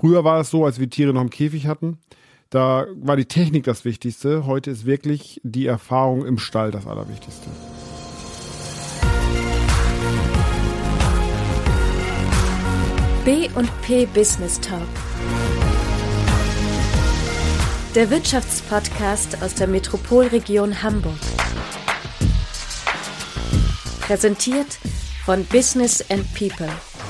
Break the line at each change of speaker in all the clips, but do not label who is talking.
Früher war es so, als wir Tiere noch im Käfig hatten, da war die Technik das Wichtigste. Heute ist wirklich die Erfahrung im Stall das Allerwichtigste.
B&P Business Talk. Der Wirtschaftspodcast aus der Metropolregion Hamburg. Präsentiert von Business and People.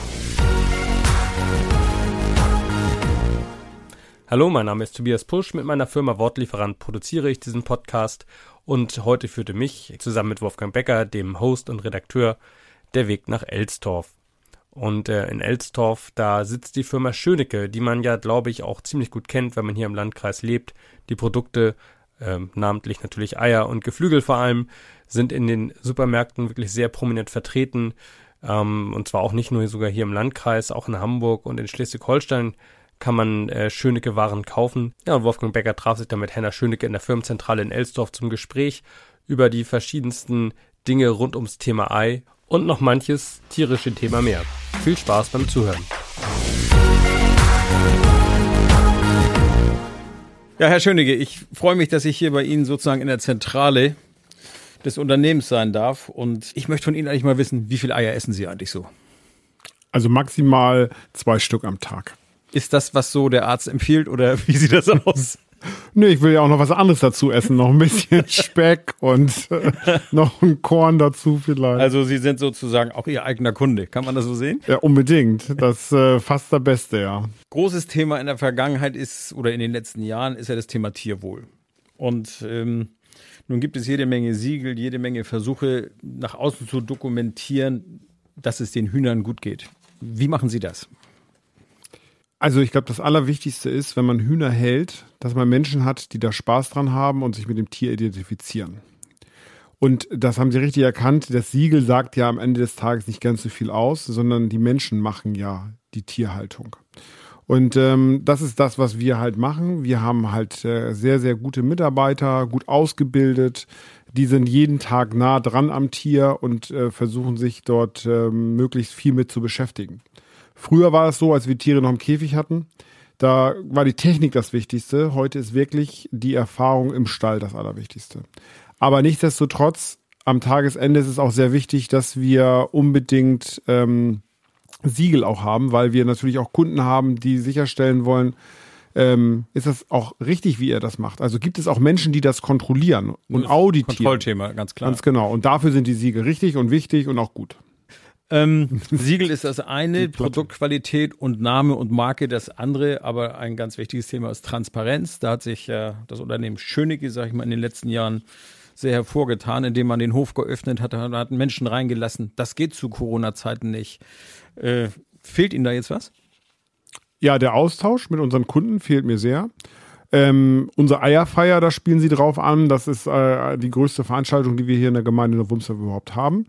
Hallo, mein Name ist Tobias Pusch. Mit meiner Firma Wortlieferant produziere ich diesen Podcast und heute führte mich zusammen mit Wolfgang Becker, dem Host und Redakteur, der Weg nach Elstorf. Und in Elstorf, da sitzt die Firma Schönecke, die man ja, glaube ich, auch ziemlich gut kennt, wenn man hier im Landkreis lebt. Die Produkte, namentlich natürlich Eier und Geflügel vor allem, sind in den Supermärkten wirklich sehr prominent vertreten. Und zwar auch nicht nur sogar hier im Landkreis, auch in Hamburg und in Schleswig-Holstein kann man Schönecke-Waren kaufen. Ja, und Wolfgang Becker traf sich dann mit Henna Schönecke in der Firmenzentrale in Elstorf zum Gespräch über die verschiedensten Dinge rund ums Thema Ei und noch manches tierische Thema mehr. Viel Spaß beim Zuhören.
Ja, Herr Schönecke, ich freue mich, dass ich hier bei Ihnen sozusagen in der Zentrale des Unternehmens sein darf. Und ich möchte von Ihnen eigentlich mal wissen, wie viele Eier essen Sie eigentlich so?
Also maximal 2 Stück am Tag.
Ist das, was so der Arzt empfiehlt, oder wie sieht das aus?
Nee, ich will ja auch noch was anderes dazu essen. Noch ein bisschen Speck und noch ein Korn dazu vielleicht.
Also Sie sind sozusagen auch Ihr eigener Kunde. Kann man das so sehen?
Ja, unbedingt. Das fast das Beste, ja.
Großes Thema in der Vergangenheit ist, oder in den letzten Jahren, ist ja das Thema Tierwohl. Und nun gibt es jede Menge Siegel, jede Menge Versuche, nach außen zu dokumentieren, dass es den Hühnern gut geht. Wie machen Sie das?
Also ich glaube, das Allerwichtigste ist, wenn man Hühner hält, dass man Menschen hat, die da Spaß dran haben und sich mit dem Tier identifizieren. Und das haben Sie richtig erkannt. Das Siegel sagt ja am Ende des Tages nicht ganz so viel aus, sondern die Menschen machen ja die Tierhaltung. Und das ist das, was wir halt machen. Wir haben halt sehr, sehr gute Mitarbeiter, gut ausgebildet. Die sind jeden Tag nah dran am Tier und versuchen sich dort möglichst viel mit zu beschäftigen. Früher war es so, als wir Tiere noch im Käfig hatten, da war die Technik das Wichtigste. Heute ist wirklich die Erfahrung im Stall das Allerwichtigste. Aber nichtsdestotrotz, am Tagesende ist es auch sehr wichtig, dass wir unbedingt Siegel auch haben, weil wir natürlich auch Kunden haben, die sicherstellen wollen, ist das auch richtig, wie er das macht? Also gibt es auch Menschen, die das kontrollieren und auditieren?
Kontrollthema, ganz klar.
Ganz genau. Und dafür sind die Siegel richtig und wichtig und auch gut.
Siegel ist das eine, Produktqualität und Name und Marke das andere, aber ein ganz wichtiges Thema ist Transparenz. Da hat sich das Unternehmen Schönecke, sag ich mal, in den letzten Jahren sehr hervorgetan, indem man den Hof geöffnet hat, da hat Menschen reingelassen. Das geht zu Corona-Zeiten nicht. Fehlt Ihnen da jetzt was?
Ja, der Austausch mit unseren Kunden fehlt mir sehr. Unsere Eierfeier, da spielen Sie drauf an. Das ist die größte Veranstaltung, die wir hier in der Gemeinde Neumünster überhaupt haben.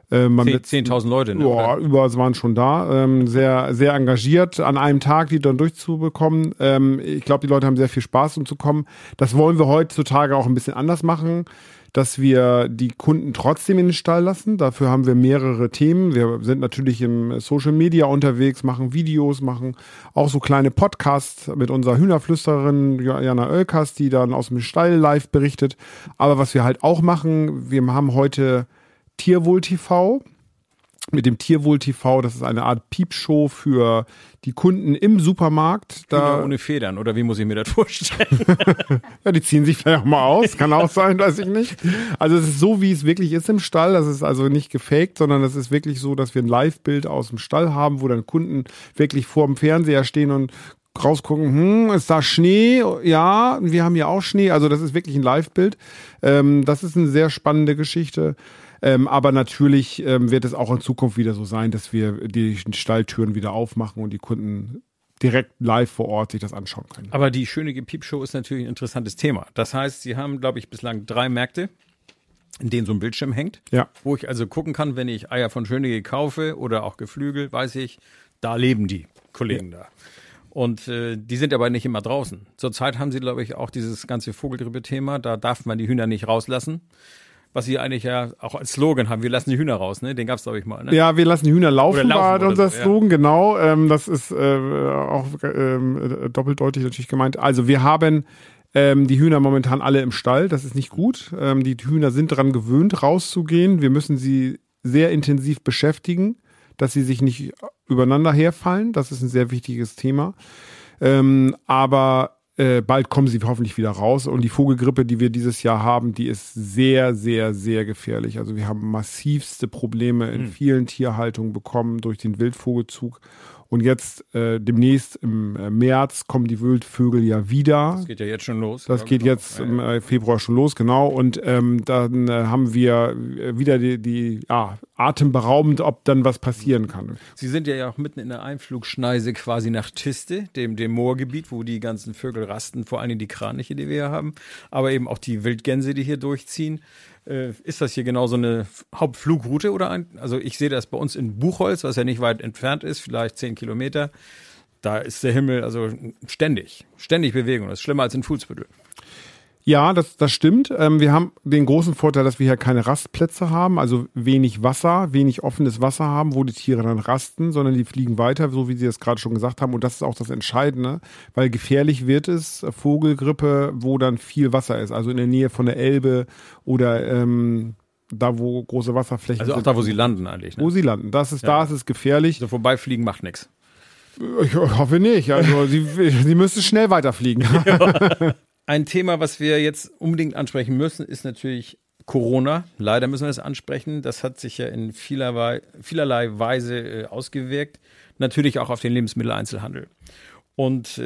10.000 Leute, ne?
Ja, über waren schon da. Sehr, sehr engagiert, an einem Tag die dann durchzubekommen. Ich glaube, die Leute haben sehr viel Spaß, um zu kommen. Das wollen wir heutzutage auch ein bisschen anders machen, dass wir die Kunden trotzdem in den Stall lassen. Dafür haben wir mehrere Themen. Wir sind natürlich im Social Media unterwegs, machen Videos, machen auch so kleine Podcasts mit unserer Hühnerflüsterin Jana Oelkers, die dann aus dem Stall live berichtet. Aber was wir halt auch machen, wir haben heute Tierwohl TV. Mit dem Tierwohl TV, das ist eine Art Piepshow für die Kunden im Supermarkt.
Da ohne Federn, oder wie muss ich mir das vorstellen?
Ja, die ziehen sich vielleicht auch mal aus, kann auch sein, weiß ich nicht. Also es ist so, wie es wirklich ist im Stall. Das ist also nicht gefaked, sondern es ist wirklich so, dass wir ein Live-Bild aus dem Stall haben, wo dann Kunden wirklich vor dem Fernseher stehen und rausgucken, ist da Schnee? Ja, wir haben hier auch Schnee. Also das ist wirklich ein Live-Bild. Das ist eine sehr spannende Geschichte. Aber natürlich wird es auch in Zukunft wieder so sein, dass wir die Stalltüren wieder aufmachen und die Kunden direkt live vor Ort sich das anschauen können.
Aber die Schönecke Piepshow ist natürlich ein interessantes Thema. Das heißt, Sie haben, glaube ich, bislang 3 Märkte, in denen so ein Bildschirm hängt,
ja,
wo ich also gucken kann, wenn ich Eier von Schönecke kaufe oder auch Geflügel, weiß ich, da leben die Kollegen da. Und die sind aber nicht immer draußen. Zurzeit haben Sie, glaube ich, auch dieses ganze Vogelgrippe-Thema. Da darf man die Hühner nicht rauslassen. was Sie eigentlich ja auch als Slogan haben. Wir lassen die Hühner raus, ne? Den gab's, glaube ich, mal. Ne?
Ja, wir lassen die Hühner laufen, war unser
so,
Slogan, genau. Das ist auch doppeldeutig natürlich gemeint. Also wir haben die Hühner momentan alle im Stall. Das ist nicht gut. Die Hühner sind daran gewöhnt, rauszugehen. Wir müssen sie sehr intensiv beschäftigen, dass sie sich nicht übereinander herfallen. Das ist ein sehr wichtiges Thema. Aber bald kommen sie hoffentlich wieder raus. Und die Vogelgrippe, die wir dieses Jahr haben, die ist sehr, sehr, sehr gefährlich. Also wir haben massivste Probleme in vielen Tierhaltungen bekommen durch den Wildvogelzug. Und jetzt demnächst im März kommen die Wildvögel ja wieder.
Das geht ja jetzt schon los.
Das geht jetzt im Februar schon los, genau. Und dann haben wir wieder die atemberaubend, ob dann was passieren kann.
Sie sind ja auch mitten in der Einflugschneise quasi nach Tiste, dem Moorgebiet, wo die ganzen Vögel rasten, vor allem die Kraniche, die wir hier haben, aber eben auch die Wildgänse, die hier durchziehen. Ist das hier genau so eine Hauptflugroute oder also ich sehe das bei uns in Buchholz, was ja nicht weit entfernt ist, vielleicht 10 Kilometer. Da ist der Himmel also ständig Bewegung. Das ist schlimmer als in Fuhlsbüttel.
Ja, das stimmt. Wir haben den großen Vorteil, dass wir hier keine Rastplätze haben, also wenig Wasser, wenig offenes Wasser haben, wo die Tiere dann rasten, sondern die fliegen weiter, so wie Sie es gerade schon gesagt haben. Und das ist auch das Entscheidende, weil gefährlich wird es, Vogelgrippe, wo dann viel Wasser ist, also in der Nähe von der Elbe oder da, wo große Wasserflächen sind.
Also auch da, wo sie landen eigentlich. Ne?
Wo sie landen. Da ist es gefährlich.
So vorbeifliegen macht nichts.
Ich hoffe nicht. Also sie müsste schnell weiterfliegen.
Ja. Ein Thema, was wir jetzt unbedingt ansprechen müssen, ist natürlich Corona. Leider müssen wir das ansprechen. Das hat sich ja in vielerlei Weise ausgewirkt. Natürlich auch auf den Lebensmitteleinzelhandel. Und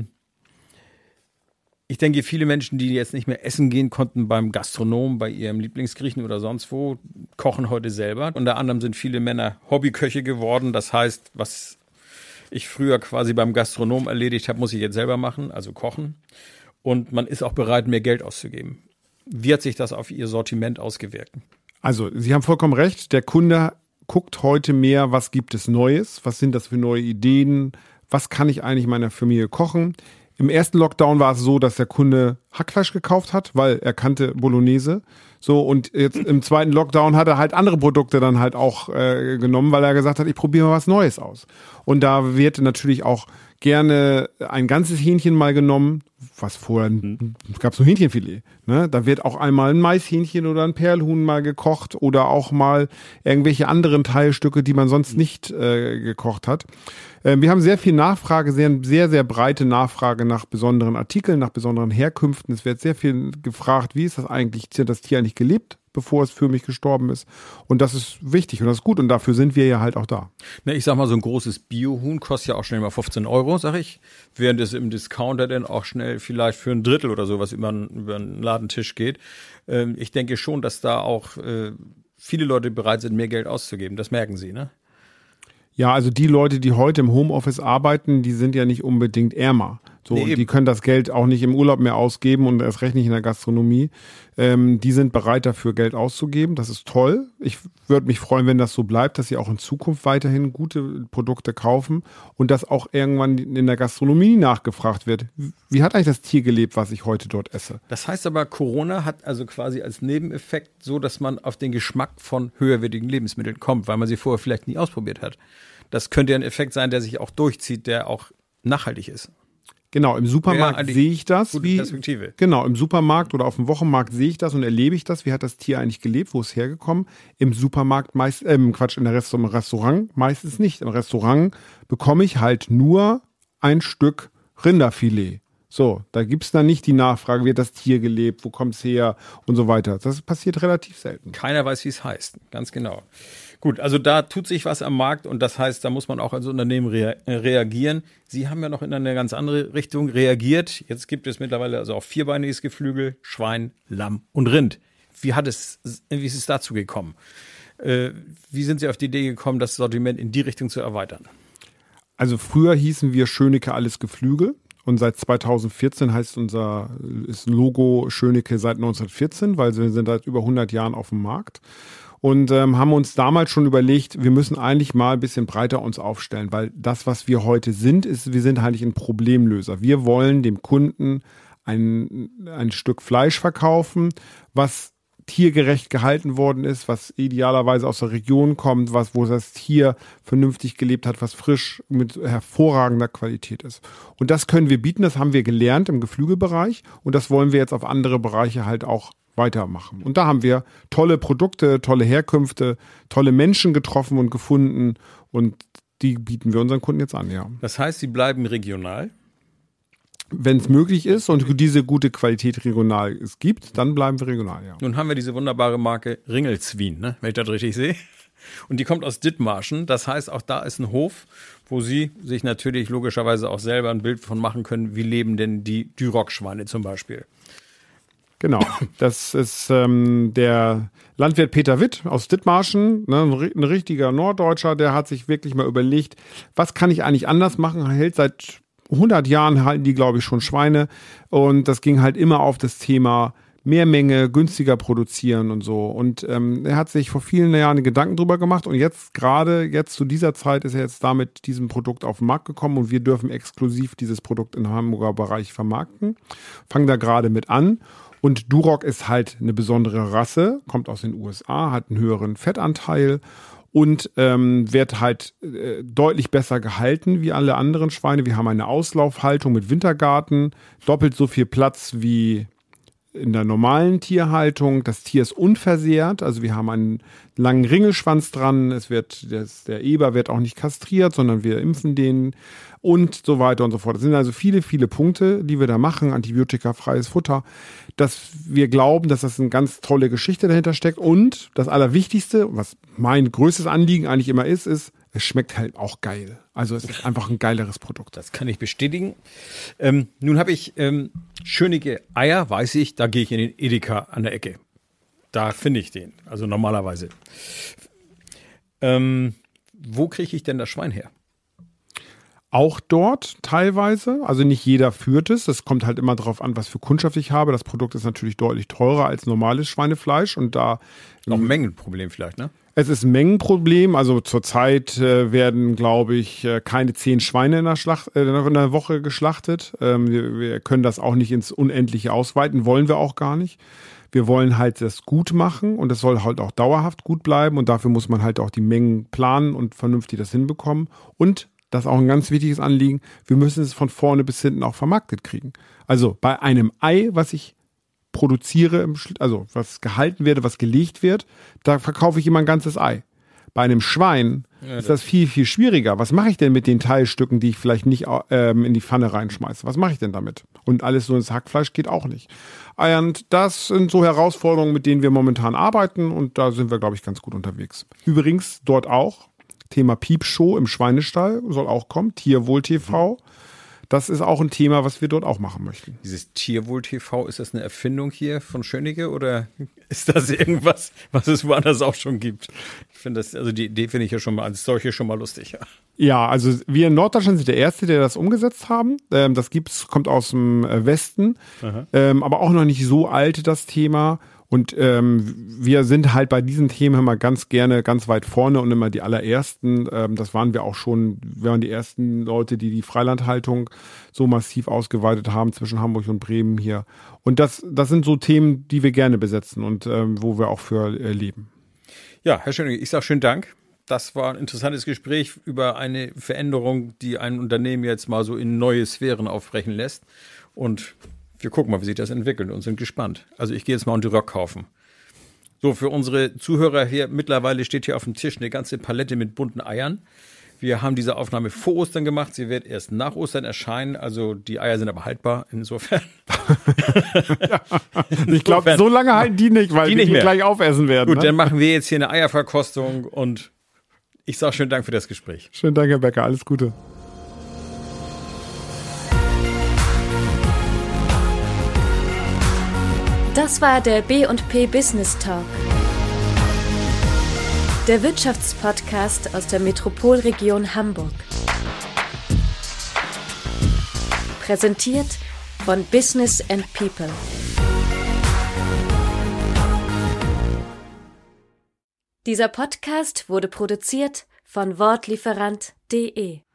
ich denke, viele Menschen, die jetzt nicht mehr essen gehen konnten beim Gastronom, bei ihrem Lieblingsgriechen oder sonst wo, kochen heute selber. Unter anderem sind viele Männer Hobbyköche geworden. Das heißt, was ich früher quasi beim Gastronom erledigt habe, muss ich jetzt selber machen, also kochen. Und man ist auch bereit, mehr Geld auszugeben. Wie hat sich das auf Ihr Sortiment ausgewirkt?
Also, Sie haben vollkommen recht. Der Kunde guckt heute mehr, was gibt es Neues? Was sind das für neue Ideen? Was kann ich eigentlich meiner Familie kochen? Im ersten Lockdown war es so, dass der Kunde Hackfleisch gekauft hat, weil er kannte Bolognese. So, und jetzt im zweiten Lockdown hat er halt andere Produkte dann halt auch genommen, weil er gesagt hat, ich probiere mal was Neues aus. Und da wird natürlich auch gerne ein ganzes Hähnchen mal genommen, was vorher gab es nur Hähnchenfilet. Ne? Da wird auch einmal ein Maishähnchen oder ein Perlhuhn mal gekocht oder auch mal irgendwelche anderen Teilstücke, die man sonst nicht gekocht hat. Wir haben sehr viel Nachfrage, sehr, sehr breite Nachfrage nach besonderen Artikeln, nach besonderen Herkünften. Es wird sehr viel gefragt, wie ist das eigentlich, das Tier eigentlich gelebt, bevor es für mich gestorben ist. Und das ist wichtig und das ist gut und dafür sind wir ja halt auch da.
Na, ich sag mal, so ein großes Biohuhn kostet ja auch schnell mal 15 €, sag ich. Während es im Discounter dann auch schnell vielleicht für ein Drittel oder sowas über einen Ladentisch geht. Ich denke schon, dass da auch viele Leute bereit sind, mehr Geld auszugeben. Das merken Sie, ne?
Ja, also die Leute, die heute im Homeoffice arbeiten, die sind ja nicht unbedingt ärmer. So, nee, die können das Geld auch nicht im Urlaub mehr ausgeben und erst recht nicht in der Gastronomie. Die sind bereit dafür Geld auszugeben. Das ist toll. Ich würde mich freuen, wenn das so bleibt, dass sie auch in Zukunft weiterhin gute Produkte kaufen und dass auch irgendwann in der Gastronomie nachgefragt wird. Wie hat eigentlich das Tier gelebt, was ich heute dort esse?
Das heißt aber, Corona hat also quasi als Nebeneffekt so, dass man auf den Geschmack von höherwertigen Lebensmitteln kommt, weil man sie vorher vielleicht nie ausprobiert hat. Das könnte ja ein Effekt sein, der sich auch durchzieht, der auch nachhaltig ist.
Genau, im Supermarkt sehe ich das.
Gute Perspektive.
Genau, im Supermarkt oder auf dem Wochenmarkt sehe ich das und erlebe ich das. Wie hat das Tier eigentlich gelebt? Wo ist es hergekommen? Im Supermarkt im Restaurant meistens nicht. Im Restaurant bekomme ich halt nur ein Stück Rinderfilet. So, da gibt es dann nicht die Nachfrage, wie hat das Tier gelebt, wo kommt es her und so weiter. Das passiert relativ selten.
Keiner weiß, wie es heißt. Ganz genau. Gut, also da tut sich was am Markt und das heißt, da muss man auch als Unternehmen reagieren. Sie haben ja noch in eine ganz andere Richtung reagiert. Jetzt gibt es mittlerweile also auch vierbeiniges Geflügel, Schwein, Lamm und Rind. Wie ist es dazu gekommen? Wie sind Sie auf die Idee gekommen, das Sortiment in die Richtung zu erweitern?
Also früher hießen wir Schönecke alles Geflügel. Und seit 2014 heißt ist Logo Schönecke seit 1914, weil wir sind seit über 100 Jahren auf dem Markt. Und haben uns damals schon überlegt, wir müssen eigentlich mal ein bisschen breiter uns aufstellen, weil das, was wir heute sind, wir sind eigentlich ein Problemlöser. Wir wollen dem Kunden ein Stück Fleisch verkaufen, was tiergerecht gehalten worden ist, was idealerweise aus der Region kommt, wo das Tier vernünftig gelebt hat, was frisch mit hervorragender Qualität ist. Und das können wir bieten, das haben wir gelernt im Geflügelbereich und das wollen wir jetzt auf andere Bereiche halt auch weitermachen. Und da haben wir tolle Produkte, tolle Herkünfte, tolle Menschen getroffen und gefunden und die bieten wir unseren Kunden jetzt an, ja.
Das heißt, sie bleiben regional?
Wenn es möglich ist und diese gute Qualität regional es gibt, dann bleiben wir regional, ja.
Nun haben wir diese wunderbare Marke Ringelswien, ne? Wenn ich das richtig sehe. Und die kommt aus Dithmarschen. Das heißt, auch da ist ein Hof, wo Sie sich natürlich logischerweise auch selber ein Bild von machen können, wie leben denn die Duroc-Schweine zum Beispiel.
Genau, das ist der Landwirt Peter Witt aus Dithmarschen, ne, ein richtiger Norddeutscher, der hat sich wirklich mal überlegt, was kann ich eigentlich anders machen, er hält seit 100 Jahren halten die, glaube ich, schon Schweine und das ging halt immer auf das Thema Mehrmenge, günstiger produzieren und so. Und er hat sich vor vielen Jahren Gedanken drüber gemacht und jetzt zu dieser Zeit ist er jetzt damit diesem Produkt auf den Markt gekommen und wir dürfen exklusiv dieses Produkt im Hamburger Bereich vermarkten. Fangen da gerade mit an. Und Duroc ist halt eine besondere Rasse, kommt aus den USA, hat einen höheren Fettanteil und wird halt deutlich besser gehalten wie alle anderen Schweine. Wir haben eine Auslaufhaltung mit Wintergarten, doppelt so viel Platz wie in der normalen Tierhaltung. Das Tier ist unversehrt, also wir haben einen langen Ringelschwanz dran. Der Eber wird auch nicht kastriert, sondern wir impfen den und so weiter und so fort. Das sind also viele, viele Punkte, die wir da machen, antibiotikafreies Futter, dass wir glauben, dass das eine ganz tolle Geschichte dahinter steckt. Und das Allerwichtigste, was mein größtes Anliegen eigentlich immer ist, es schmeckt halt auch geil. Also es ist einfach ein geileres Produkt.
Das kann ich bestätigen. Nun habe ich schönige Eier, weiß ich, da gehe ich in den Edeka an der Ecke. Da finde ich den, also normalerweise. Wo kriege ich denn das Schwein her?
Auch dort teilweise, also nicht jeder führt es. Das kommt halt immer darauf an, was für Kundschaft ich habe. Das Produkt ist natürlich deutlich teurer als normales Schweinefleisch und da
noch ein Mengenproblem vielleicht, ne?
Es ist ein Mengenproblem. Also zurzeit werden, glaube ich, keine 10 Schweine in der Woche geschlachtet. Wir können das auch nicht ins Unendliche ausweiten, wollen wir auch gar nicht. Wir wollen halt das gut machen und es soll halt auch dauerhaft gut bleiben und dafür muss man halt auch die Mengen planen und vernünftig das hinbekommen. Und das ist auch ein ganz wichtiges Anliegen. Wir müssen es von vorne bis hinten auch vermarktet kriegen. Also bei einem Ei, was ich produziere, also was gehalten werde, was gelegt wird, da verkaufe ich immer ein ganzes Ei. Bei einem Schwein ist das viel, viel schwieriger. Was mache ich denn mit den Teilstücken, die ich vielleicht nicht in die Pfanne reinschmeiße? Was mache ich denn damit? Und alles so ins Hackfleisch geht auch nicht. Und das sind so Herausforderungen, mit denen wir momentan arbeiten und da sind wir, glaube ich, ganz gut unterwegs. Übrigens dort auch Thema Piepshow im Schweinestall soll auch kommen, Tierwohl-TV. Das ist auch ein Thema, was wir dort auch machen möchten.
Dieses Tierwohl-TV, ist das eine Erfindung hier von Schönecke oder ist das irgendwas, was es woanders auch schon gibt? Ich finde das, also die Idee finde ich ja schon mal als solche schon mal lustig.
Ja, also wir in Norddeutschland sind der Erste, der das umgesetzt haben. Das kommt aus dem Westen, aber auch noch nicht so alt, das Thema. Und wir sind halt bei diesen Themen immer ganz gerne ganz weit vorne und immer die allerersten. Das waren wir auch schon, wir waren die ersten Leute, die die Freilandhaltung so massiv ausgeweitet haben zwischen Hamburg und Bremen hier. Und das sind so Themen, die wir gerne besetzen und wo wir auch für leben.
Ja, Herr Schönecke, ich sage schönen Dank. Das war ein interessantes Gespräch über eine Veränderung, die ein Unternehmen jetzt mal so in neue Sphären aufbrechen lässt. Und wir gucken mal, wie sich das entwickelt und sind gespannt. Also ich gehe jetzt mal einen Duroc kaufen. So, für unsere Zuhörer hier, mittlerweile steht hier auf dem Tisch eine ganze Palette mit bunten Eiern. Wir haben diese Aufnahme vor Ostern gemacht. Sie wird erst nach Ostern erscheinen. Also die Eier sind aber haltbar, insofern.
Ja. Ich glaube, so lange halten die nicht, weil die gleich aufessen werden.
Gut, dann machen wir jetzt hier eine Eierverkostung und ich sage schönen Dank für das Gespräch.
Schönen Dank, Herr Becker. Alles Gute.
Das war der B&P Business Talk. Der Wirtschaftspodcast aus der Metropolregion Hamburg. Präsentiert von Business and People. Dieser Podcast wurde produziert von Wortlieferant.de